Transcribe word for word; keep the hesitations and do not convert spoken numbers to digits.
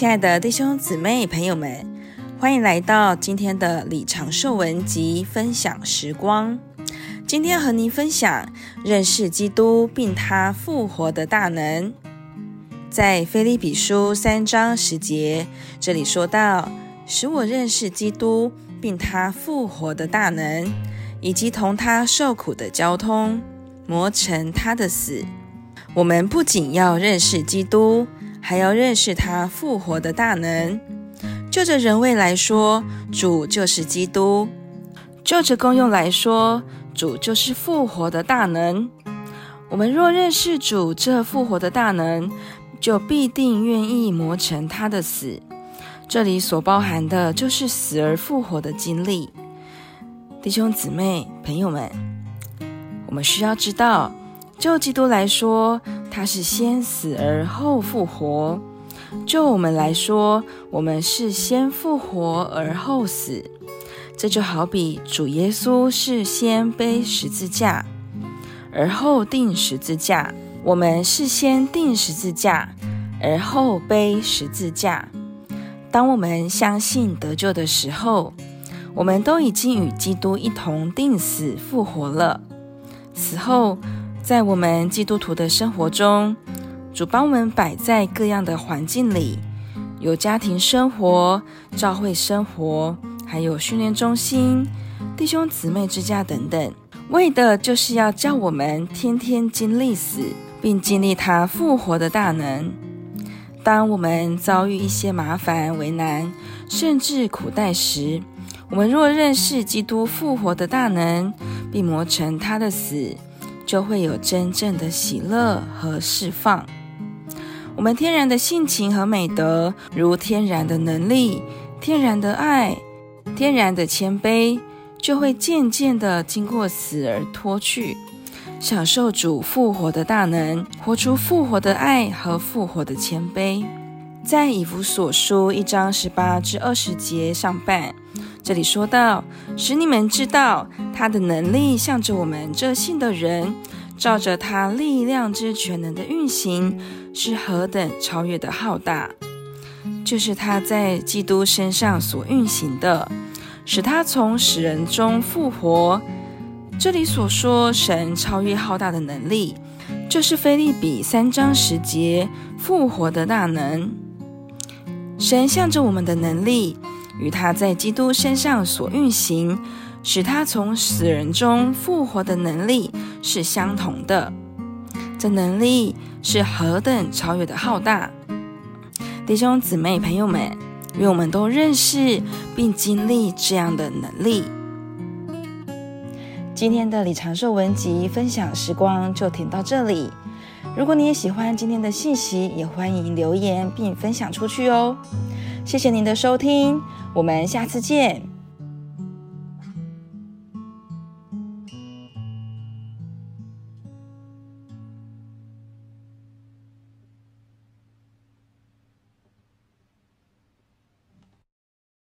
亲爱的弟兄姊妹朋友们，欢迎来到今天的李长寿文集分享时光。今天和您分享认识基督并他复活的大能。在腓立比书三章十节，这里说到，使我认识基督并他复活的大能，以及同他受苦的交通，磨成他的死。我们不仅要认识基督，还要认识他复活的大能。就着人位来说，主就是基督；就着功用来说，主就是复活的大能。我们若认识主这复活的大能，就必定愿意磨成他的死。这里所包含的就是死而复活的经历。弟兄姊妹朋友们，我们需要知道，就基督来说，他是先死而后复活；就我们来说，我们是先复活而后死。这就好比主耶稣是先背十字架而后钉十字架，我们是先钉十字架而后背十字架。当我们相信得救的时候，我们都已经与基督一同钉死复活了。此后，在我们基督徒的生活中，主把我们摆在各样的环境里，有家庭生活、教会生活，还有训练中心、弟兄姊妹之家等等，为的就是要叫我们天天经历死，并经历他复活的大能。当我们遭遇一些麻烦、为难，甚至苦待时，我们若认识基督复活的大能，并磨成他的死，就会有真正的喜乐和释放。我们天然的性情和美德，如天然的能力、天然的爱、天然的谦卑，就会渐渐的经过死而脱去，享受主复活的大能，活出复活的爱和复活的谦卑。在以弗所书一章十八至二十节上半，这里说到，使你们知道他的能力向着我们这信的人，照着他力量之全能的运行，是何等超越的浩大。就是他在基督身上所运行的，使他从死人中复活。这里所说神超越浩大的能力，就是腓立比三章十节复活的大能。神向着我们的能力，与他在基督身上所运行，使他从死人中复活的能力是相同的。这能力是何等超越的浩大！弟兄姊妹朋友们，愿我们都认识并经历这样的能力。今天的李长寿文集分享时光就停到这里。如果你也喜欢今天的信息，也欢迎留言并分享出去哦。谢谢您的收听，我们下次见。